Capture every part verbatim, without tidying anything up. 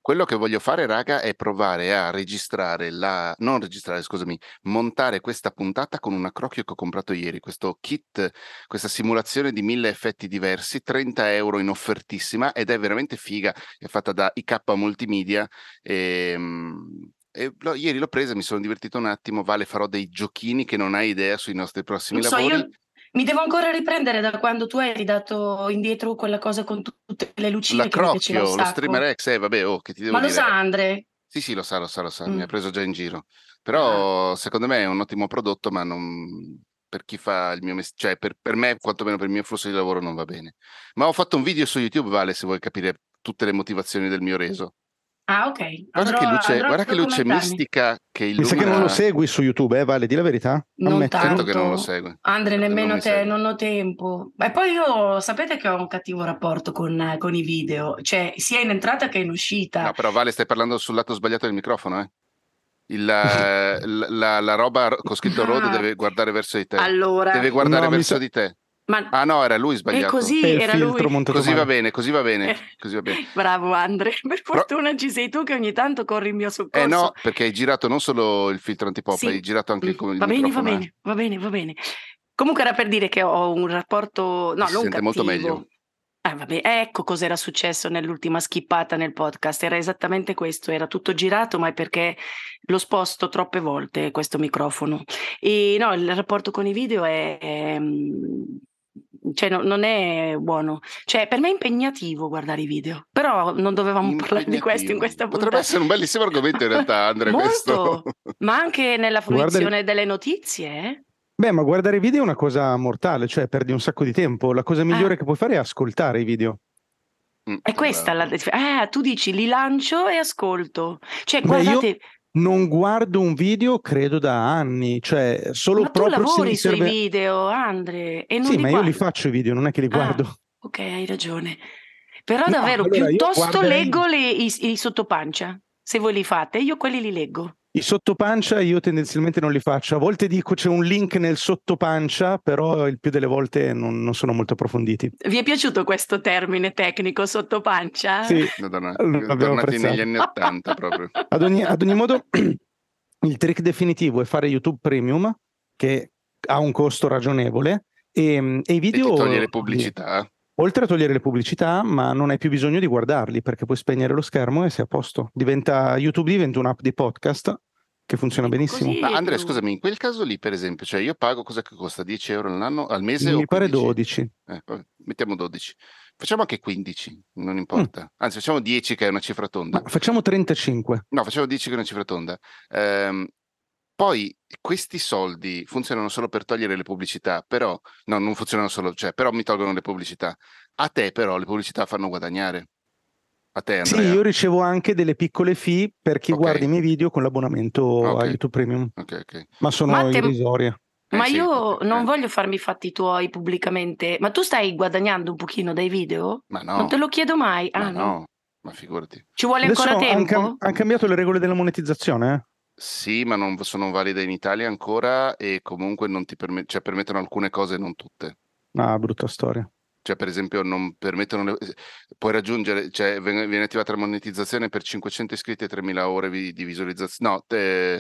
Quello che voglio fare, raga, è provare a registrare la... non registrare, scusami, montare questa puntata con un accrocchio che ho comprato ieri, questo kit, questa simulazione di mille effetti diversi, trenta euro in offertissima, ed è veramente figa, è fatta da I K Multimedia, e, e l'ho- ieri l'ho presa, mi sono divertito un attimo, Vale, farò dei giochini che non hai idea sui nostri prossimi Lo so, lavori. io mi devo ancora riprendere da quando tu hai ridato indietro quella cosa con tu- tutte le lucine che mi piaceva un L'accrocchio, lo Streamer sacco. X, eh vabbè, oh, che ti devo Ma lo dire? sa Andre? Sì, sì, lo sa, lo sa, lo sa, mi ha Mm. preso già in giro. Ah. Però secondo me è un ottimo prodotto, ma non... per chi fa il mio mestiere, cioè per, per me, quantomeno per il mio flusso di lavoro, non va bene. Ma ho fatto un video su YouTube, Vale, se vuoi capire tutte le motivazioni del mio reso. Ah, ok, Guarda andrò, che a- luce, andrò a guarda che luce documentarmi. mistica che Mi sa che non lo illumina. segui su YouTube, eh, Vale, di la verità? Non Certo Ammettilo. che non lo tanto, segue. Andre, Certo che non nemmeno mi te, segue. non ho tempo. E poi io sapete che ho un cattivo rapporto con, con i video, cioè sia in entrata che in uscita. No, però Vale, stai parlando sul lato sbagliato del microfono, eh? Il, eh, la, la- la roba con scritto Rode Ah, deve guardare verso di te. allora, Deve guardare No, mi verso sa... di te. ma Ah no, era lui è sbagliato. È così, il era lui. filtro montato Così va male. bene, così va bene, così va bene. Bravo Andre, per Però, fortuna ci sei tu che ogni tanto corri in mio eh soccorso. no, perché hai girato non solo il filtro antipop, hai Sì, girato anche mm, il, il va bene, va microfono, eh. bene, va bene, va bene. Comunque era per dire che ho un rapporto, E no, si non sente molto meglio. cattivo. Ah, vabbè, ecco cos'era successo nell'ultima skippata nel podcast. Era esattamente questo, era tutto girato, ma è perché lo sposto troppe volte questo microfono. E no, il rapporto con i video è, è, mm, cioè, no- non è buono. Cioè, per me è impegnativo guardare i video, però non dovevamo parlare di questo in Impegnativo. questa Potrebbe puntata. essere un bellissimo argomento in realtà, Andre, questo. Molto, ma anche nella Guarda, fruizione delle notizie, eh? beh, ma guardare i video è una cosa mortale, cioè perdi un sacco di tempo. La cosa migliore Ah, che puoi fare è ascoltare i video. Mm, è questa bravo. la... Ah, tu dici li lancio e ascolto. Cioè, Beh, io guardate, non guardo un video, credo, da anni, cioè solo ma tu proprio se mi lavori sui serve... video, Andre, e non Sì, li ma io li guardi. faccio i video, non è che li Ah, guardo. ok, hai ragione. Però No, davvero, allora io piuttosto guarderei leggo le- i, i sottopancia. Se voi li fate, io quelli li leggo. i sottopancia, io tendenzialmente non li faccio. A volte dico c'è un link nel sottopancia, però il più delle volte non, non sono molto approfonditi. Vi è piaciuto questo termine tecnico, sottopancia? Sì, Madonna, l'abbiamo tornati negli apprezzato. anni Ottanta proprio. Ad ogni, ad ogni modo, il trick definitivo è fare YouTube Premium, che ha un costo ragionevole, e, e i E video... ti toglie le pubblicità. Oltre a togliere le pubblicità, ma non hai più bisogno di guardarli, perché puoi spegnere lo schermo e sei a posto. Diventa, YouTube diventa un'app di podcast che funziona Ecco, benissimo. così Ma è Andrea, più... scusami, in quel caso lì, per esempio, cioè io pago cosa che costa? dieci euro all'anno, al mese o Mi pare quindici? dodici. Eh, vabbè, mettiamo dodici. Facciamo anche quindici, non Mm, importa. Anzi, facciamo dieci che è una cifra ma tonda. facciamo trentacinque. No, facciamo dieci che è una cifra tonda. Ehm, poi questi soldi funzionano solo per togliere le pubblicità, però no, non funzionano solo, cioè, però mi tolgono le pubblicità. A te però le pubblicità fanno guadagnare. A te, Sì, Andrea. io ricevo anche delle piccole fee per chi Ok, guarda i miei video con l'abbonamento a ok, YouTube Premium, ok, ok. ma sono Matte, irrisorie. Eh ma sì, io infatti, non eh. voglio farmi i fatti tuoi pubblicamente. Ma tu stai guadagnando un pochino dai video? Ma Non te no, lo chiedo mai. ma Ah, no. no, ma figurati. Ci vuole ancora Adesso hanno tempo? cambiato le regole della monetizzazione, eh? Sì, ma non sono valide in Italia ancora e comunque non ti permet- cioè, permettono alcune cose, non tutte. Ah, brutta storia. Cioè, per esempio, non permettono le... puoi raggiungere, cioè, viene viene attivata la monetizzazione per cinquecento iscritti e tremila ore vi- di visualizzazione. No, te-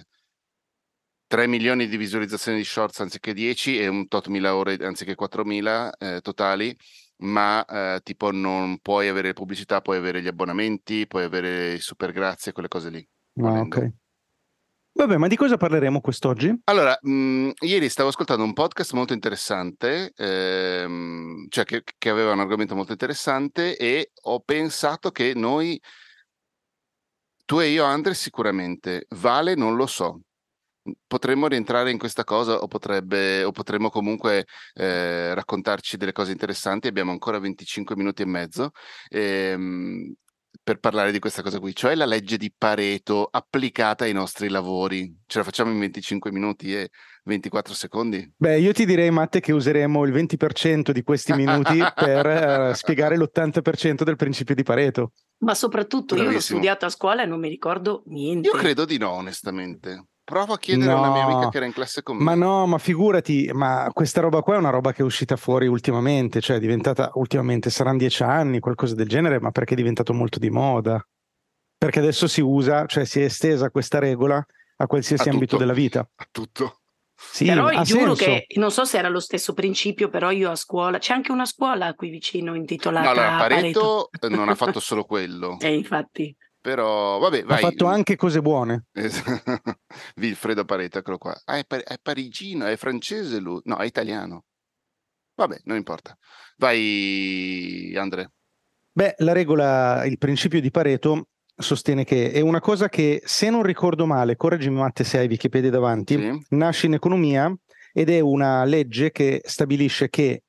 tre milioni di visualizzazioni di shorts anziché dieci e un tot mila ore anziché quattromila eh, totali, ma eh, tipo non puoi avere pubblicità, puoi avere gli abbonamenti, puoi avere i super grazie, quelle cose lì, Ah, volendo. ok. Vabbè, ma di cosa parleremo quest'oggi? Allora, mh, ieri stavo ascoltando un podcast molto interessante, ehm, cioè che, che aveva un argomento molto interessante e ho pensato che noi, tu e io, Andre, sicuramente, Vale non lo so. Potremmo rientrare in questa cosa o, potrebbe, o potremmo comunque eh, raccontarci delle cose interessanti. Abbiamo ancora venticinque minuti e mezzo ehm, per parlare di questa cosa qui, cioè la legge di Pareto applicata ai nostri lavori. Ce la facciamo in venticinque minuti e ventiquattro secondi? Beh, io ti direi, Matte, che useremo il venti per cento di questi minuti per eh, spiegare l'ottanta per cento del principio di Pareto. Ma soprattutto io l'ho Bravissimo. studiato a scuola e non mi ricordo niente. Io credo di no, onestamente. Provo a chiedere a una mia amica No, che era in classe con ma me. no, ma figurati, ma questa roba qua è una roba che è uscita fuori ultimamente, cioè è diventata ultimamente, saranno dieci anni, qualcosa del genere, ma perché è diventato molto di moda. Perché adesso si usa, cioè si è estesa questa regola a qualsiasi A ambito tutto. della vita. A tutto. Sì, Però ha giuro senso. che non so se era lo stesso principio, però io a scuola, c'è anche una scuola qui vicino No, intitolata allora, a Pareto. Pareto non ha fatto solo quello, E infatti. però vabbè, Ha vai. fatto anche cose buone. Vilfredo Pareto, eccolo qua. Ah, è, par- è parigino, è francese lui. No, è italiano. Vabbè, non importa. Vai, Andre. Beh, la regola, il principio di Pareto sostiene che è una cosa che, se non ricordo male, correggimi Matte se hai Wikipedia davanti, Sì. nasce in economia ed è una legge che stabilisce che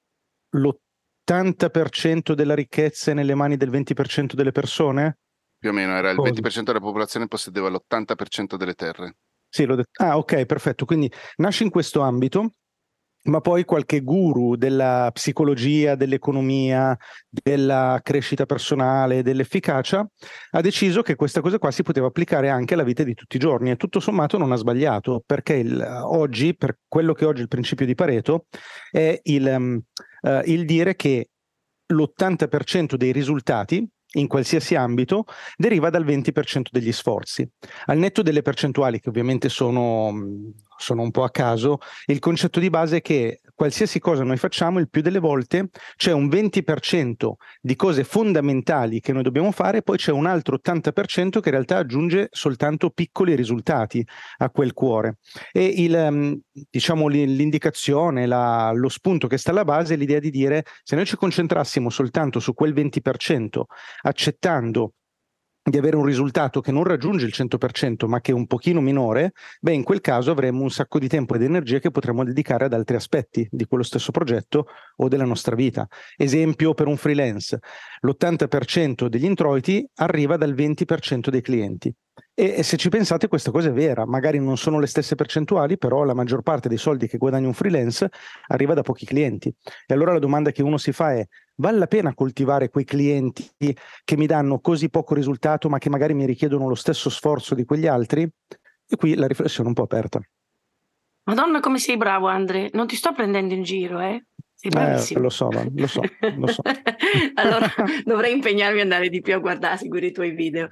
l'ottanta per cento della ricchezza è nelle mani del venti per cento delle persone? Più o meno, era il Cosa? venti per cento della popolazione possedeva l'ottanta per cento delle terre. Sì, l'ho detto. Ah, ok, perfetto. Quindi nasce in questo ambito, ma poi qualche guru della psicologia, dell'economia, della crescita personale, dell'efficacia, ha deciso che questa cosa qua si poteva applicare anche alla vita di tutti i giorni e tutto sommato non ha sbagliato, perché il, oggi, per quello che oggi è il principio di Pareto, è il, um, uh, il dire che l'ottanta per cento dei risultati in qualsiasi ambito deriva dal venti per cento degli sforzi. Al netto delle percentuali, che ovviamente sono, sono un po' a caso, il concetto di base è che qualsiasi cosa noi facciamo, il più delle volte c'è un venti per cento di cose fondamentali che noi dobbiamo fare, poi c'è un altro ottanta per cento che in realtà aggiunge soltanto piccoli risultati a quel cuore. E il, diciamo, l'indicazione, la, lo spunto che sta alla base è l'idea di dire: se noi ci concentrassimo soltanto su quel venti per cento, accettando di avere un risultato che non raggiunge il cento per cento ma che è un pochino minore, beh, in quel caso avremmo un sacco di tempo ed energia che potremmo dedicare ad altri aspetti di quello stesso progetto o della nostra vita. Esempio per un freelance: l'ottanta per cento degli introiti arriva dal venti per cento dei clienti. E, e se ci pensate, questa cosa è vera, magari non sono le stesse percentuali, però la maggior parte dei soldi che guadagna un freelance arriva da pochi clienti. E allora la domanda che uno si fa è: vale la pena coltivare quei clienti che mi danno così poco risultato ma che magari mi richiedono lo stesso sforzo di quegli altri? E qui la riflessione è un po' aperta. Madonna, come sei bravo, Andre. Non ti sto prendendo in giro, eh? Sei bravissimo. Eh, lo so, lo so, lo so. Allora dovrei impegnarmi ad andare di più a guardare, a seguire i tuoi video.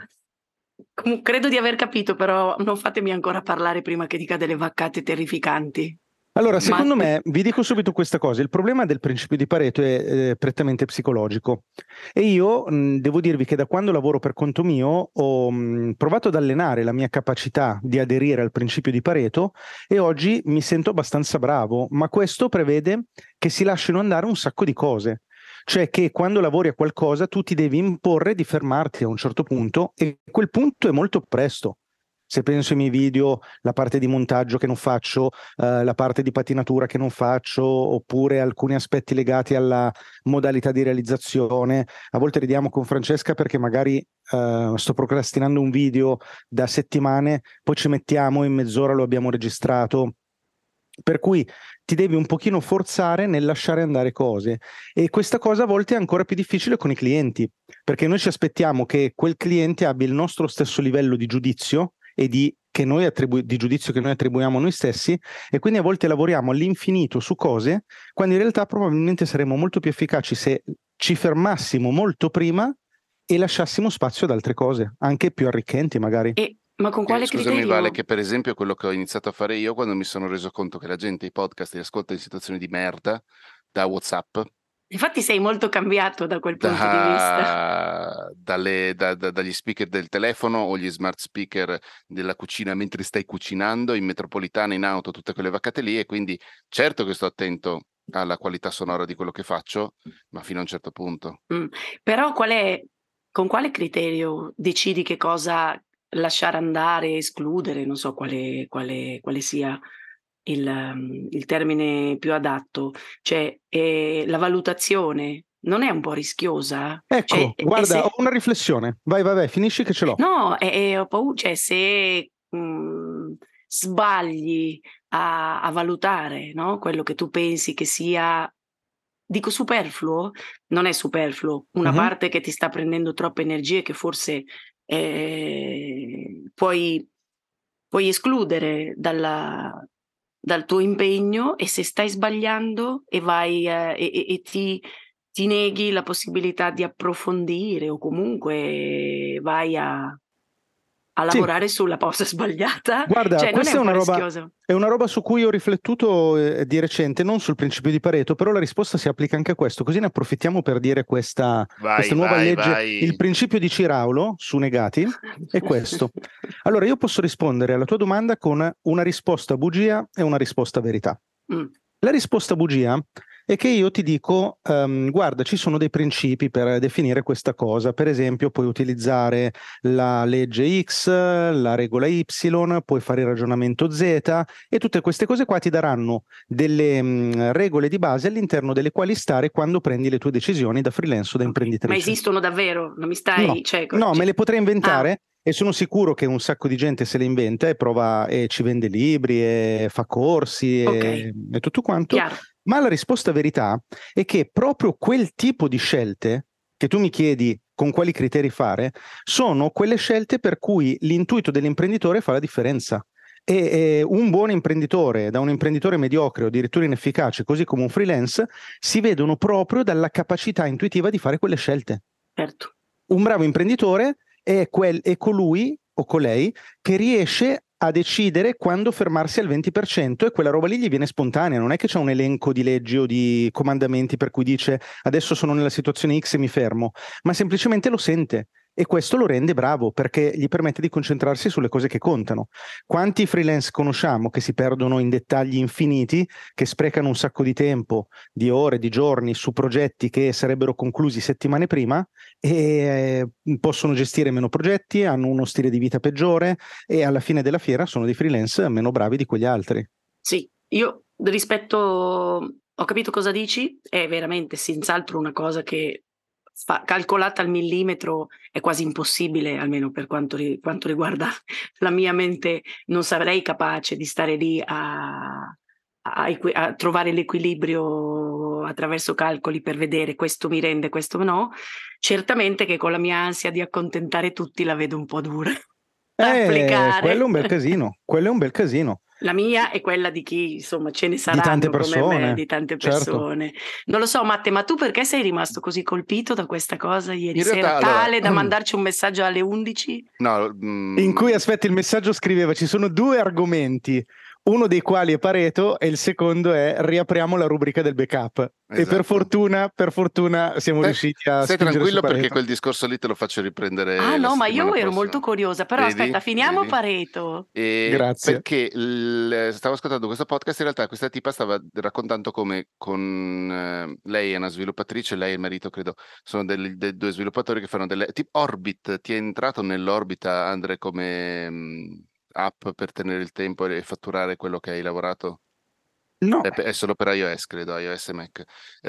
Com- credo di aver capito, però non fatemi ancora parlare prima che dica delle vaccate terrificanti. Allora, secondo Ma... me, vi dico subito questa cosa: il problema del principio di Pareto è eh, prettamente psicologico, e io mh, devo dirvi che da quando lavoro per conto mio ho mh, provato ad allenare la mia capacità di aderire al principio di Pareto e oggi mi sento abbastanza bravo, ma questo prevede che si lasciano andare un sacco di cose. Cioè che quando lavori a qualcosa tu ti devi imporre di fermarti a un certo punto, e quel punto è molto presto. Se penso ai miei video, la parte di montaggio che non faccio, eh, la parte di patinatura che non faccio, oppure alcuni aspetti legati alla modalità di realizzazione. A volte ridiamo con Francesca perché magari eh, sto procrastinando un video da settimane, poi ci mettiamo, in mezz'ora lo abbiamo registrato. Per cui ti devi un pochino forzare nel lasciare andare cose, e questa cosa a volte è ancora più difficile con i clienti, perché noi ci aspettiamo che quel cliente abbia il nostro stesso livello di giudizio e di, che noi attribu- di giudizio che noi attribuiamo a noi stessi, e quindi a volte lavoriamo all'infinito su cose, quando in realtà probabilmente saremmo molto più efficaci se ci fermassimo molto prima e lasciassimo spazio ad altre cose, anche più arricchenti magari. E, ma con quale Eh, scusami criterio? Vale, che per esempio quello che ho iniziato a fare io quando mi sono reso conto che la gente i podcast li ascolta in situazioni di merda da WhatsApp, Infatti sei molto cambiato da quel punto di vista. da, dalle, da, da, dagli speaker del telefono o gli smart speaker della cucina mentre stai cucinando, in metropolitana, in auto, tutte quelle vaccate lì, e quindi certo che sto attento alla qualità sonora di quello che faccio, ma fino a un certo punto. Mm. Però qual è, con quale criterio decidi che cosa lasciare andare, escludere? Non so quale, quale, quale sia il, um, il termine più adatto. Cioè, eh, la valutazione non è un po' rischiosa? Cioè, Ecco, e guarda, se... ho una riflessione. Vai, vai, vai, finisci che ce l'ho. No, e, e ho paura, cioè se mh, sbagli a, a valutare, no? Quello che tu pensi che sia, dico superfluo, non è superfluo, una Mhm. parte che ti sta prendendo troppe energie che forse eh, puoi, puoi escludere dalla, dal tuo impegno, e se stai sbagliando e vai eh, e, e- e ti ti neghi la possibilità di approfondire o comunque vai a a lavorare Sì. sulla cosa sbagliata, Guarda, cioè non è questa è un po' una roba, rischioso? è una roba su cui ho riflettuto eh, di recente, non sul principio di Pareto, però la risposta si applica anche a questo, così ne approfittiamo per dire questa, Vai, questa nuova vai, legge, vai. il principio di Ciraulo su negati è questo. Allora io posso rispondere alla tua domanda con una risposta bugia e una risposta verità. Mm. La risposta bugia è che io ti dico, um, guarda, ci sono dei principi per definire questa cosa. Per esempio, puoi utilizzare la legge X, la regola Y, puoi fare il ragionamento Z e tutte queste cose qua ti daranno delle um, regole di base all'interno delle quali stare quando prendi le tue decisioni da freelance o da Okay. imprenditrice. Ma esistono davvero? Non mi stai... No, cioè, no, cioè... me le potrei inventare. Ah. E sono sicuro che un sacco di gente se le inventa e prova e ci vende libri e fa corsi e, Okay. e tutto quanto. Chiaro. Ma la risposta verità è che proprio quel tipo di scelte che tu mi chiedi con quali criteri fare sono quelle scelte per cui l'intuito dell'imprenditore fa la differenza. E, e un buon imprenditore da un imprenditore mediocre o addirittura inefficace, così come un freelance, si vedono proprio dalla capacità intuitiva di fare quelle scelte. Certo. Un bravo imprenditore è, quel, è colui o colei che riesce a decidere quando fermarsi al venti per cento e quella roba lì gli viene spontanea, non è che c'è un elenco di leggi o di comandamenti per cui dice adesso sono nella situazione X e mi fermo, ma semplicemente lo sente e questo lo rende bravo perché gli permette di concentrarsi sulle cose che contano. Quanti freelance conosciamo che si perdono in dettagli infiniti, che sprecano un sacco di tempo, di ore, di giorni su progetti che sarebbero conclusi settimane prima e possono gestire meno progetti, hanno uno stile di vita peggiore e alla fine della fiera sono dei freelance meno bravi di quegli altri. Sì, io rispetto, ho capito cosa dici, è veramente senz'altro una cosa che fa, calcolata al millimetro è quasi impossibile, almeno per quanto, ri, quanto riguarda la mia mente, non sarei capace di stare lì a, a, a trovare l'equilibrio attraverso calcoli per vedere questo mi rende, questo no. Certamente che con la mia ansia di accontentare tutti la vedo un po' dura da Eh, applicare. quello è un bel casino, quello è un bel casino. La mia è quella di chi, insomma, ce ne Di tante saranno come me, persone, di tante certo. persone. Non lo so, Matte, ma tu perché sei rimasto così colpito da questa cosa ieri In sera, realtà, tale allora, da mandarci un messaggio alle undici? No, mm, In cui, aspetta, il messaggio scriveva ci sono due argomenti, uno dei quali è Pareto e il secondo è riapriamo la rubrica del backup. Esatto. E per fortuna, per fortuna siamo stai, riusciti a stai spingere tranquillo su Pareto. perché quel discorso lì te lo faccio riprendere Ah la no, ma io settimana ero prossima. molto curiosa, però Vedi? aspetta, finiamo Vedi? Pareto. E Grazie. perché il, stavo ascoltando questo podcast, in realtà questa tipa stava raccontando come con eh, lei è una sviluppatrice, lei e il marito credo sono dei, dei due sviluppatori che fanno delle tipo Orbit. Ti è entrato nell'orbita, Andre, come mh, app per tenere il tempo e fatturare quello che hai lavorato? No. È, è solo per iOS, credo, iOS e Mac.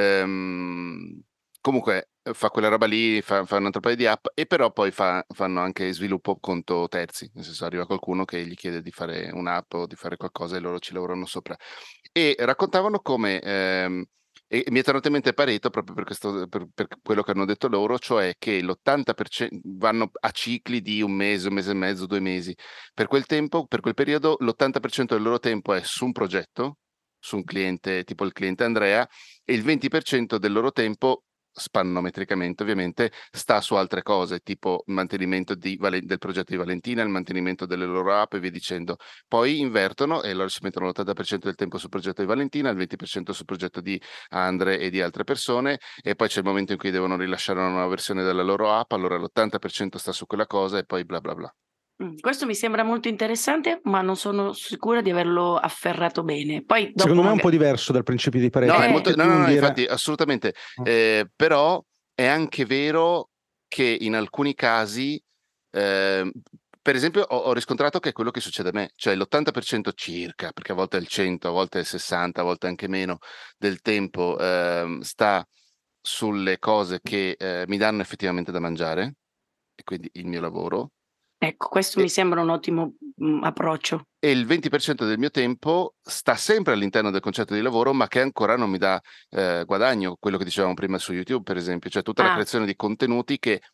Ehm, comunque fa quella roba lì, fa, fa un altro paio di app e però poi fa, fanno anche sviluppo conto terzi, nel senso arriva qualcuno che gli chiede di fare un'app o di fare qualcosa e loro ci lavorano sopra. E raccontavano come, ehm, e mi è tornato in mente Pareto proprio per, questo, per, per quello che hanno detto loro, cioè che l'ottanta per cento vanno a cicli di un mese, un mese e mezzo, due mesi. Per quel tempo, per quel periodo, l'ottanta per cento del loro tempo è su un progetto, su un cliente tipo il cliente Andrea, e il venti per cento del loro tempo, spannometricamente ovviamente, sta su altre cose, tipo il mantenimento di, del progetto di Valentina, il mantenimento delle loro app e via dicendo. Poi invertono e allora ci mettono l'ottanta per cento del tempo sul progetto di Valentina, il venti per cento sul progetto di Andre e di altre persone, e poi c'è il momento in cui devono rilasciare una nuova versione della loro app, allora l'ottanta per cento sta su quella cosa e poi bla bla bla. Questo mi sembra molto interessante, ma non sono sicura di averlo afferrato bene. Poi dopo Secondo me è un magari... po' diverso dal principio di Pareto. No, Eh. è molto, no, no, no, dire... infatti, assolutamente. Eh, però è anche vero che in alcuni casi, eh, per esempio, ho, ho riscontrato che è quello che succede a me, cioè l'ottanta per cento circa, perché a volte è il cento, a volte è il sessanta, a volte anche meno del tempo, eh, sta sulle cose che eh, mi danno effettivamente da mangiare, e quindi il mio lavoro. Ecco, questo e, mi sembra un ottimo mh, approccio. E il venti per cento del mio tempo sta sempre all'interno del concetto di lavoro, ma che ancora non mi dà eh, guadagno, quello che dicevamo prima su YouTube, per esempio, cioè tutta Ah. la creazione di contenuti che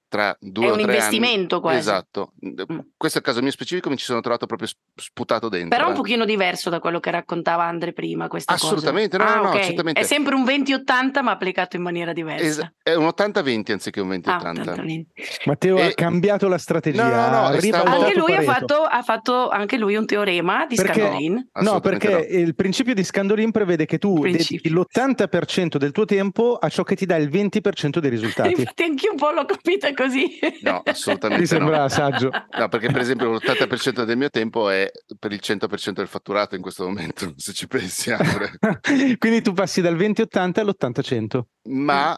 tra due È o un tre investimento anni. quasi. Esatto. Mm. Questo è il caso mio specifico, mi ci sono trovato proprio sputato dentro. Però un eh. pochino diverso da quello che raccontava Andre prima, questa Assolutamente, cosa. no, Ah, no, no, ok. certamente. È sempre un venti ottanta ma applicato in maniera diversa. Es- è un ottanta venti anziché un venti Ah, ottanta. ottanta venti. Matteo E- ha cambiato la No, strategia, no, no, ha e stavo- Anche ribaltato lui ha Pareto. fatto, ha fatto anche lui un teorema di Perché, Scandolin. no, Assolutamente perché il principio di Scandolin prevede che tu dedichi Principio. l'ottanta per cento del tuo tempo a ciò che ti dà il venti per cento dei risultati. Infatti anch'io un po' l'ho capita così. No, assolutamente Mi sembra no. saggio. No, perché per esempio l'ottanta per cento del mio tempo è per il cento per cento del fatturato in questo momento, se ci pensi, Andre. Quindi tu passi dal venti ottanta all'ottanta cento. Ma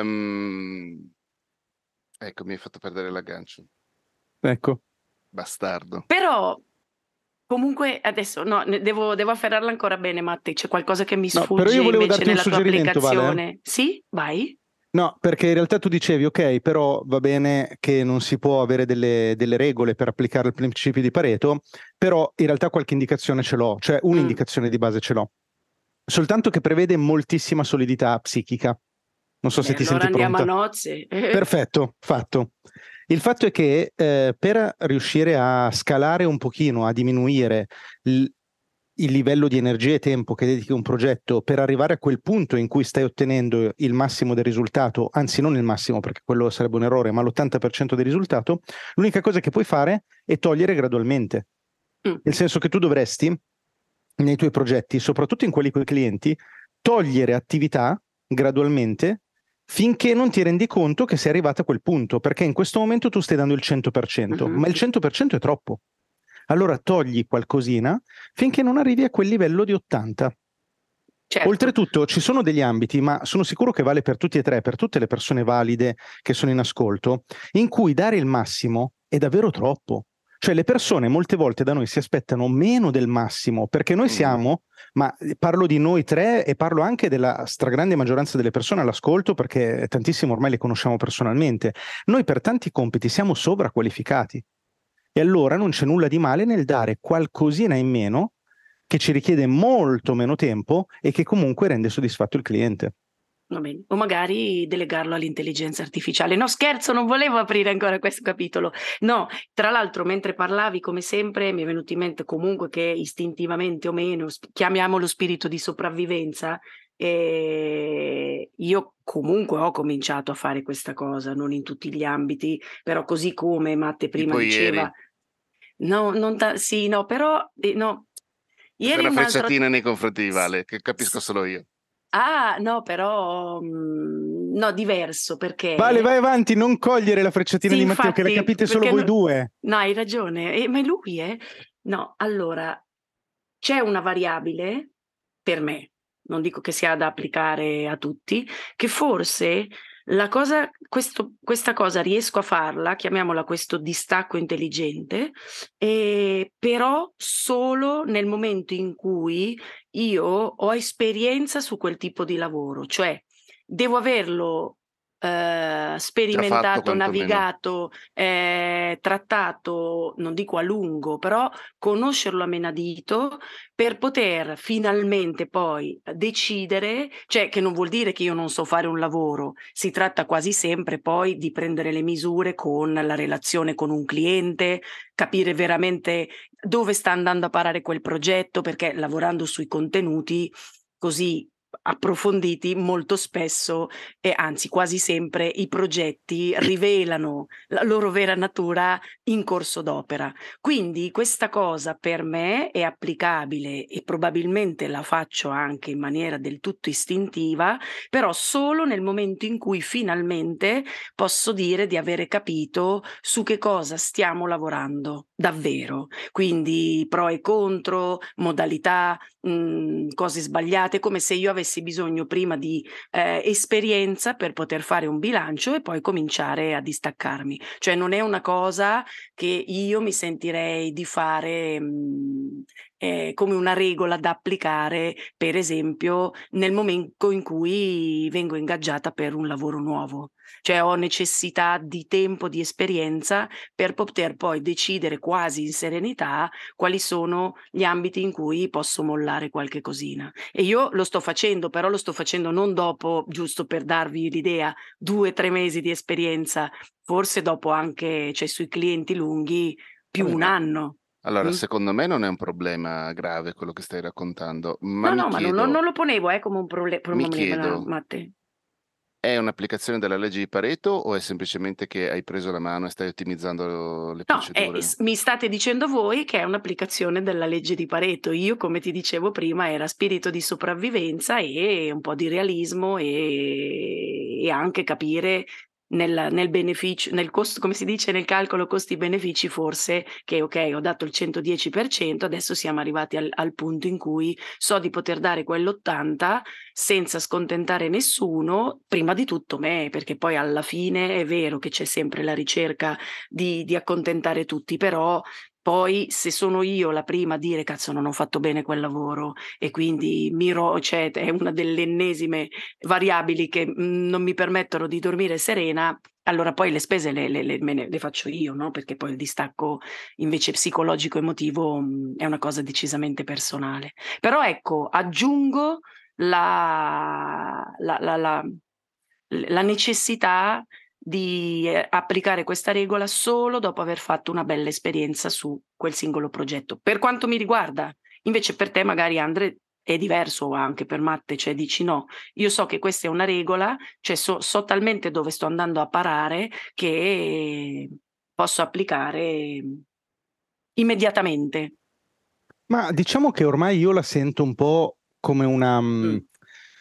ehm, ecco, mi hai fatto perdere l'aggancio. Ecco. Bastardo. Però comunque adesso no, ne- devo, devo afferrarla ancora bene, Matti. C'è qualcosa che mi No, sfugge però io volevo invece darti un nella tua suggerimento, Vale, eh. applicazione. Sì? Vai. No, perché in realtà tu dicevi, ok, però va bene che non si può avere delle, delle regole per applicare il principio di Pareto, però in realtà qualche indicazione ce l'ho, cioè un'indicazione di base ce l'ho, soltanto che prevede moltissima solidità psichica. Non so se Beh, ti allora senti andiamo pronta. a nozze. Perfetto, fatto. Il fatto è che eh, per riuscire a scalare un pochino, a diminuire il, il livello di energia e tempo che dedichi a un progetto per arrivare a quel punto in cui stai ottenendo il massimo del risultato, anzi non il massimo perché quello sarebbe un errore, ma l'ottanta per cento del risultato, l'unica cosa che puoi fare è togliere gradualmente. Mm. Nel senso che tu dovresti, nei tuoi progetti, soprattutto in quelli con i clienti, togliere attività gradualmente finché non ti rendi conto che sei arrivato a quel punto, perché in questo momento tu stai dando il cento per cento, Mhm. ma il cento per cento è troppo. Allora togli qualcosina finché non arrivi a quel livello di ottanta. Certo. Oltretutto ci sono degli ambiti, ma sono sicuro che vale per tutti e tre, per tutte le persone valide che sono in ascolto, in cui dare il massimo è davvero troppo. Cioè le persone molte volte da noi si aspettano meno del massimo, perché noi Mm. siamo, ma parlo di noi tre e parlo anche della stragrande maggioranza delle persone all'ascolto, perché tantissimo ormai le conosciamo personalmente. Noi per tanti compiti siamo sovraqualificati. E allora non c'è nulla di male nel dare qualcosina in meno che ci richiede molto meno tempo e che comunque rende soddisfatto il cliente. Va bene. O magari delegarlo all'intelligenza artificiale. No, scherzo, non volevo aprire ancora questo capitolo. No, tra l'altro, mentre parlavi, come sempre, mi è venuto in mente comunque che istintivamente o meno, sp- chiamiamolo spirito di sopravvivenza, e io comunque ho cominciato a fare questa cosa, non in tutti gli ambiti, però così come Matte prima Tipo diceva, ieri. no, non ta- sì, no, però eh, no. Questa è Ieri una un altro. frecciatina nei confronti di Vale, che capisco solo io. Ah, no, però mh, no, diverso perché. Vale, vai avanti, non cogliere la frecciatina Sì, di Matteo, che la infatti, capite solo perché voi no, due. no, hai ragione, eh, ma è lui, eh? No, allora, c'è una variabile per me, non dico che sia da applicare a tutti, che forse la cosa, questo, questa cosa riesco a farla, chiamiamola questo distacco intelligente, eh, però solo nel momento in cui io ho esperienza su quel tipo di lavoro, cioè devo averlo eh, Già fatto sperimentato, quantomeno. navigato, eh, trattato, non dico a lungo, però conoscerlo a menadito per poter finalmente poi decidere, cioè che non vuol dire che io non so fare un lavoro, si tratta quasi sempre poi di prendere le misure con la relazione con un cliente, capire veramente dove sta andando a parare quel progetto, perché lavorando sui contenuti così approfonditi molto spesso e anzi quasi sempre i progetti rivelano la loro vera natura in corso d'opera. Quindi questa cosa per me è applicabile e probabilmente la faccio anche in maniera del tutto istintiva, però solo nel momento in cui finalmente posso dire di avere capito su che cosa stiamo lavorando davvero. Quindi pro e contro, modalità, mh, cose sbagliate, come se io avessi bisogno prima di eh, esperienza per poter fare un bilancio e poi cominciare a distaccarmi. Cioè non è una cosa che io mi sentirei di fare mh, eh, come una regola da applicare, per esempio, nel momento in cui vengo ingaggiata per un lavoro nuovo. cioè ho necessità di tempo, di esperienza per poter poi decidere quasi in serenità quali sono gli ambiti in cui posso mollare qualche cosina. E io lo sto facendo, però lo sto facendo non dopo, giusto per darvi l'idea, due, tre mesi di esperienza, forse dopo anche, cioè sui clienti lunghi, più Vabbè, un ma anno. allora, Mm? secondo me non è un problema grave quello che stai raccontando, ma No, mi no, ma non, non- chiedo, non lo ponevo eh, come un prole- mi problema, chiedo, Matte. è un'applicazione della legge di Pareto o è semplicemente che hai preso la mano e stai ottimizzando le No, eh, procedure? s- mi state dicendo voi che è un'applicazione della legge di Pareto. Io, come ti dicevo prima, era spirito di sopravvivenza e un po' di realismo e, e anche capire nel, nel beneficio, nel costo, come si dice, nel calcolo costi-benefici, forse che ok, ho dato il centodieci per cento, adesso siamo arrivati al, al punto in cui so di poter dare quell'ottanta senza scontentare nessuno, prima di tutto me, perché poi alla fine è vero che c'è sempre la ricerca di, di accontentare tutti, però poi se sono io la prima a dire cazzo non ho fatto bene quel lavoro e quindi mi ro- cioè, è una delle ennesime variabili che mh, non mi permettono di dormire serena, allora poi le spese le, le- le- me ne, le faccio io, no? Perché poi il distacco invece psicologico-emotivo mh, è una cosa decisamente personale. Però ecco, aggiungo la, la, la, la la necessità di eh, applicare questa regola solo dopo aver fatto una bella esperienza su quel singolo progetto. Per quanto mi riguarda, invece per te magari Andre è diverso o anche per Matte, cioè dici no, io so che questa è una regola, cioè so, so talmente dove sto andando a parare che posso applicare immediatamente. Ma diciamo che ormai io la sento un po' come una, mm, Mm,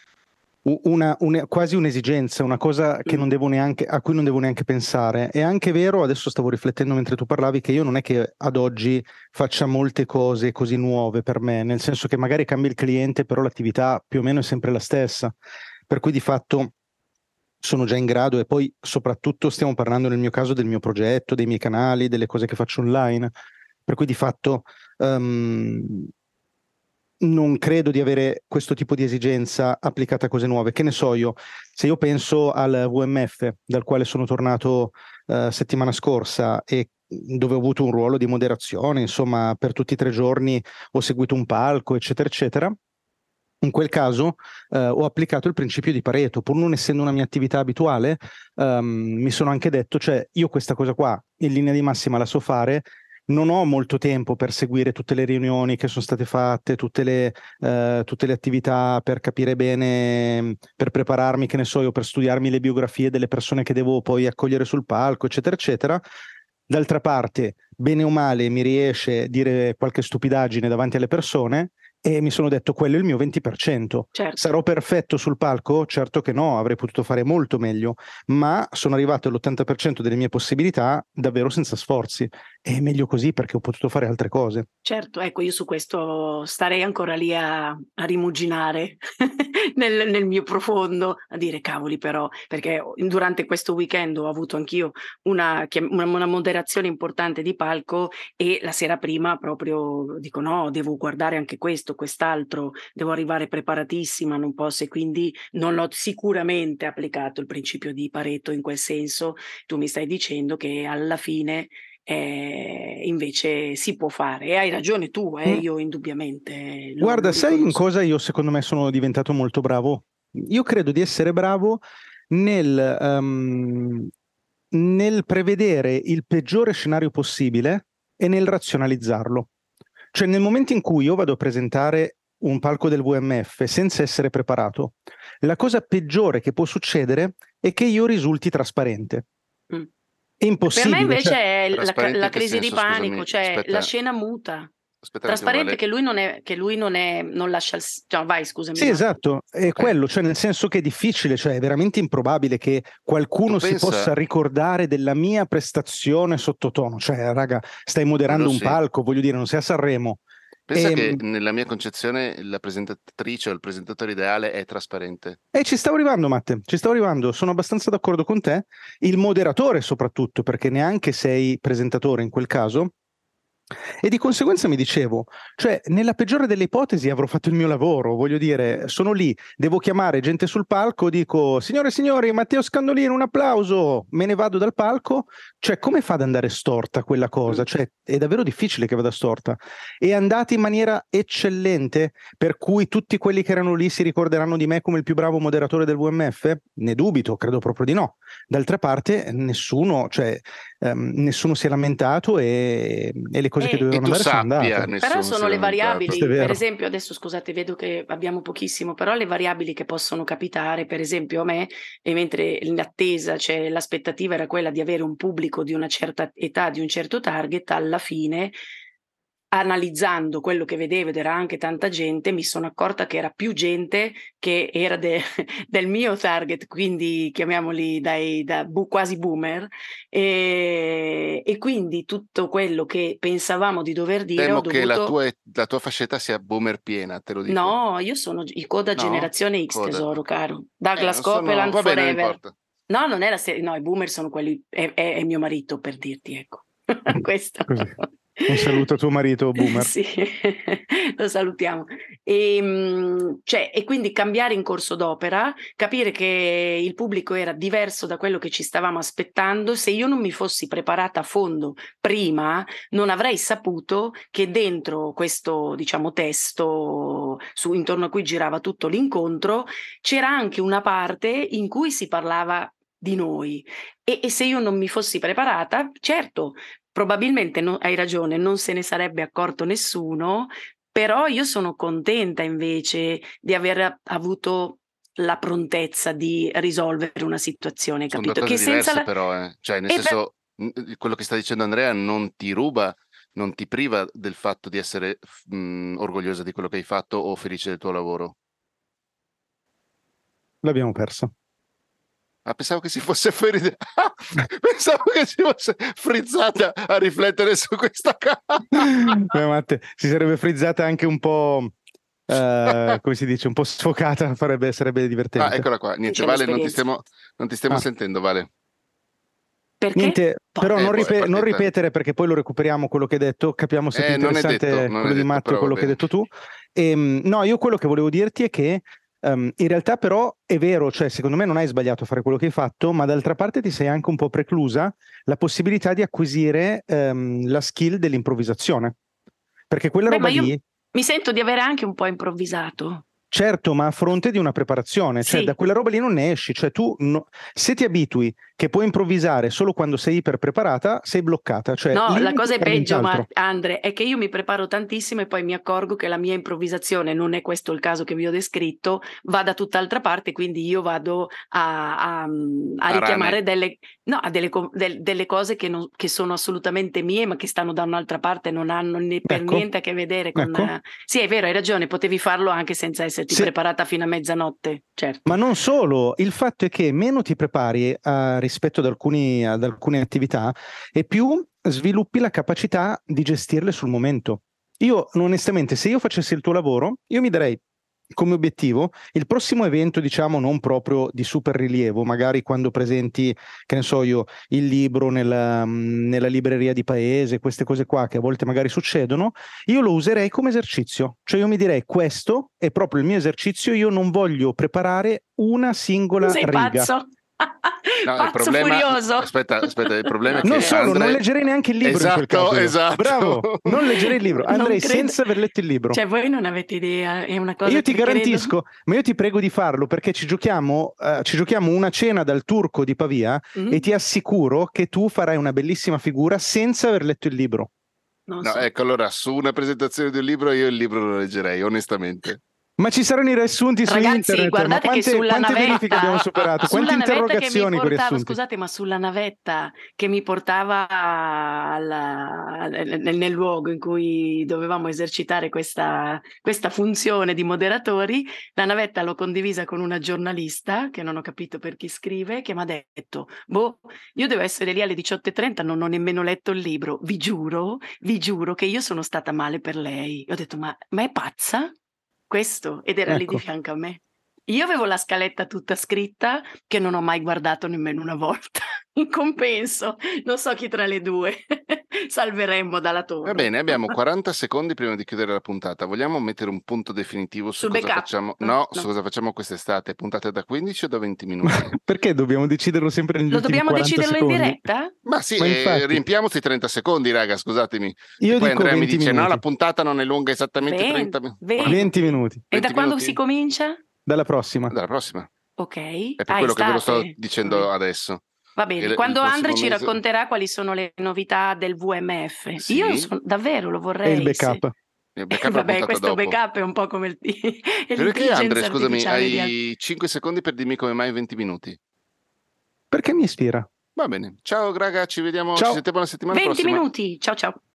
u- una- un- quasi un'esigenza, una cosa che mm, non devo neanche, a cui non devo neanche pensare. È anche vero, adesso stavo riflettendo mentre tu parlavi, che io non è che ad oggi faccia molte cose così nuove per me, nel senso che magari cambia il cliente, però l'attività più o meno è sempre la stessa. Per cui di fatto sono già in grado, e poi soprattutto stiamo parlando nel mio caso del mio progetto, dei miei canali, delle cose che faccio online, per cui di fatto ehm, non credo di avere questo tipo di esigenza applicata a cose nuove. Che ne so io, se io penso al V M F, dal quale sono tornato eh, settimana scorsa e dove ho avuto un ruolo di moderazione, insomma, per tutti i tre giorni ho seguito un palco, eccetera, eccetera. In quel caso eh, ho applicato il principio di Pareto, pur non essendo una mia attività abituale, ehm, mi sono anche detto, cioè io questa cosa qua in linea di massima la so fare, non ho molto tempo per seguire tutte le riunioni che sono state fatte, tutte le, eh, tutte le attività per capire bene, per prepararmi, che ne so io, per studiarmi le biografie delle persone che devo poi accogliere sul palco, eccetera, eccetera. D'altra parte, bene o male, mi riesce dire qualche stupidaggine davanti alle persone e mi sono detto quello è il mio venti per cento. certo. Sarò perfetto sul palco? Certo che no, avrei potuto fare molto meglio, ma sono arrivato all'ottanta per cento delle mie possibilità davvero senza sforzi. È meglio così perché ho potuto fare altre cose. Certo, ecco, io su questo starei ancora lì a, a rimuginare nel, nel mio profondo, a dire cavoli però, perché durante questo weekend ho avuto anch'io una, una, una moderazione importante di palco e la sera prima proprio dico no, devo guardare anche questo, quest'altro, devo arrivare preparatissima, non posso e quindi non ho sicuramente applicato il principio di Pareto in quel senso. Tu mi stai dicendo che alla fine eh, invece si può fare e hai ragione tu, eh, Mm. io indubbiamente lo, Guarda, lo sai in riconosco. cosa io secondo me sono diventato molto bravo? Io credo di essere bravo nel, ehm, nel prevedere il peggiore scenario possibile e nel razionalizzarlo. Cioè nel momento in cui io vado a presentare un palco del V M F senza essere preparato, la cosa peggiore che può succedere è che io risulti trasparente. Mm. È Per me impossibile, cioè, invece è la, Trasparente la in che crisi di senso? panico, Scusami, cioè la aspetta, scena muta. aspetta un attimo, Trasparente Vale. che lui non è, che lui non è, non lascia il... Cioè, vai, scusami, sì, Matte. esatto, è Ok, quello, cioè nel senso che è difficile, cioè è veramente improbabile che tu qualcuno si pensa, possa ricordare della mia prestazione sottotono, cioè raga, stai quello moderando un sì. palco, voglio dire, non sei a Sanremo. Pensa che E, nella mia concezione la presentatrice o il presentatore ideale è trasparente. e ci stavo arrivando, Matte, ci stavo arrivando, sono abbastanza d'accordo con te, il moderatore soprattutto, perché neanche sei presentatore in quel caso, E di conseguenza mi dicevo, cioè nella peggiore delle ipotesi avrò fatto il mio lavoro, voglio dire, sono lì, devo chiamare gente sul palco, dico signore e signori, Matteo Scandolino, un applauso, me ne vado dal palco, cioè come fa ad andare storta quella cosa? Cioè è davvero difficile che vada storta. È andata in maniera eccellente, per cui tutti quelli che erano lì si ricorderanno di me come il più bravo moderatore del V M F? Ne dubito, credo proprio di no. D'altra parte nessuno, cioè, um, nessuno si è lamentato e, e le cose Eh, che dovevano andare sono andate. Però sono le variabili, per vero. esempio adesso scusate vedo che abbiamo pochissimo, però le variabili che possono capitare, per esempio a me, e mentre in attesa cioè l'aspettativa era quella di avere un pubblico di una certa età, di un certo target, alla fine analizzando quello che vedevo ed era anche tanta gente, mi sono accorta che era più gente che era de, del mio target, quindi chiamiamoli dai, da bu, quasi boomer, e, e quindi tutto quello che pensavamo di dover dire Temo ho dovuto... che la tua, la tua fascetta sia boomer piena, te lo dico. No, io sono i coda no? generazione X, coda. tesoro caro. Douglas eh, Copeland sono... Vabbè, forever. non importa. No, non è la serie, no, i boomer sono quelli, è, è, è mio marito per dirti, ecco. Questo. Così. Un saluto a tuo marito boomer. Sì, lo salutiamo. E, cioè, e quindi cambiare in corso d'opera, capire che il pubblico era diverso da quello che ci stavamo aspettando. Se io non mi fossi preparata a fondo prima, non avrei saputo che dentro questo, diciamo, testo su, intorno a cui girava tutto l'incontro, c'era anche una parte in cui si parlava di noi. E, e se io non mi fossi preparata, certo, probabilmente no, hai ragione, non se ne sarebbe accorto nessuno, però io sono contenta invece di aver avuto la prontezza di risolvere una situazione, Sono capito? due cose che diverse senza la... però, eh. Cioè nel e senso, per... quello che sta dicendo Andrea non ti ruba, non ti priva del fatto di essere mh, orgogliosa di quello che hai fatto o felice del tuo lavoro. L'abbiamo perso. Ah, pensavo che si fosse ferita. Pensavo che si fosse frizzata a riflettere su questa cosa. Beh, Matte, si sarebbe frizzata anche un po', uh, come si dice, un po' sfocata, farebbe, sarebbe divertente. Ah, eccola qua. Niente, C'è Vale, non ti l'esperienza. stiamo, non ti stiamo Ah. sentendo, Vale. Perché? Niente, però Eh, non, boh, è ripe- partita. non ripetere perché poi lo recuperiamo quello che hai detto, capiamo se è più Eh, non è interessante detto, non è quello di detto, Matteo però o quello va che hai bene. detto tu. E, no, io quello che volevo dirti è che um, in realtà però è vero, cioè secondo me non hai sbagliato a fare quello che hai fatto, ma d'altra parte ti sei anche un po' preclusa la possibilità di acquisire um, la skill dell'improvvisazione. Perché quella Beh, roba ma io lì... mi sento di avere anche un po' improvvisato. Certo, ma a fronte di una preparazione, cioè Sì. da quella roba lì non ne esci, cioè tu no, se ti abitui che puoi improvvisare solo quando sei iper preparata, sei bloccata. Cioè, No, lì la cosa è peggio, ma altro. Andre, è che io mi preparo tantissimo e poi mi accorgo che la mia improvvisazione, non è questo il caso che vi ho descritto, va da tutt'altra parte, quindi io vado a, a, a richiamare delle, no, a delle, del, delle cose che, non, che sono assolutamente mie, ma che stanno da un'altra parte, non hanno né per ecco. niente a che vedere con... Ecco. Uh, sì, è vero, hai ragione, potevi farlo anche senza esserti Se... preparata fino a mezzanotte, certo. Ma non solo, il fatto è che meno ti prepari uh, rispetto ad, alcuni, ad alcune attività e più sviluppi la capacità di gestirle sul momento. Io, onestamente, se io facessi il tuo lavoro, io mi darei come obiettivo il prossimo evento, diciamo, non proprio di super rilievo, magari quando presenti, che ne so io, il libro nella, nella libreria di paese, queste cose qua che a volte magari succedono, io lo userei come esercizio. Cioè io mi direi, questo è proprio il mio esercizio, io non voglio preparare una singola Sei riga. Pazzo? No, Pazzo il problema... furioso. Aspetta, aspetta, il problema è che non solo, Andre... non leggerei neanche il libro esatto, in quel caso. Io. Esatto, Bravo, non leggerei il libro, andrei senza aver letto il libro. Cioè voi non avete idea, è una cosa e io ti che garantisco, credo... ma io ti prego di farlo perché ci giochiamo, uh, ci giochiamo una cena dal turco di Pavia mm-hmm. e ti assicuro che tu farai una bellissima figura senza aver letto il libro. Non no, so. Ecco, allora su una presentazione di un libro io il libro lo leggerei, onestamente. Ma ci saranno i riassunti su Ragazzi, internet, guardate ma quante, che sulla quante navetta, verifiche abbiamo superato, quante interrogazioni con riassunti. Scusate, ma sulla navetta che mi portava alla, nel, nel luogo in cui dovevamo esercitare questa, questa funzione di moderatori, la navetta l'ho condivisa con una giornalista, che non ho capito per chi scrive, che mi ha detto, boh, io devo essere lì alle diciotto e trenta, non ho nemmeno letto il libro, vi giuro, vi giuro che io sono stata male per lei. Ho detto, ma, ma è pazza? Questo, ed era ecco. lì di fianco a me. Io avevo la scaletta tutta scritta che non ho mai guardato nemmeno una volta, in compenso, non so chi tra le due, salveremmo dalla torre. Va bene, abbiamo quaranta secondi prima di chiudere la puntata. Vogliamo mettere un punto definitivo su Sul cosa backup? facciamo? No, No, no. su cosa facciamo quest'estate? Puntate da quindici o da venti minuti? Perché dobbiamo deciderlo sempre negli Lo ultimi dobbiamo quaranta deciderlo secondi? in diretta? Ma sì, Ma eh, infatti. riempiamo questi trenta secondi, raga, scusatemi. Io E poi dico Andrea mi venti dice, no, minuti. la puntata non è lunga esattamente trenta venti, minuti. venti minuti. E da venti quando minuti? si comincia? Dalla prossima. Dalla prossima. Ok. È per Ah, quello che ve lo sto estate. dicendo Va bene. adesso. Va bene, Il- quando il prossimo Andre ci mese- racconterà quali sono le novità del V M F. Sì. Io son- davvero lo vorrei. E il backup. Il backup la Vabbè, puntata questo dopo. backup è un po' come il è Perché l'intelligenza Andre, scusami, artificiale di Al- hai cinque secondi per dirmi come mai venti minuti. Perché mi ispira? Va bene. Ciao raga, ci vediamo, Ciao. ci sentiamo la settimana venti prossima. minuti. Ciao ciao.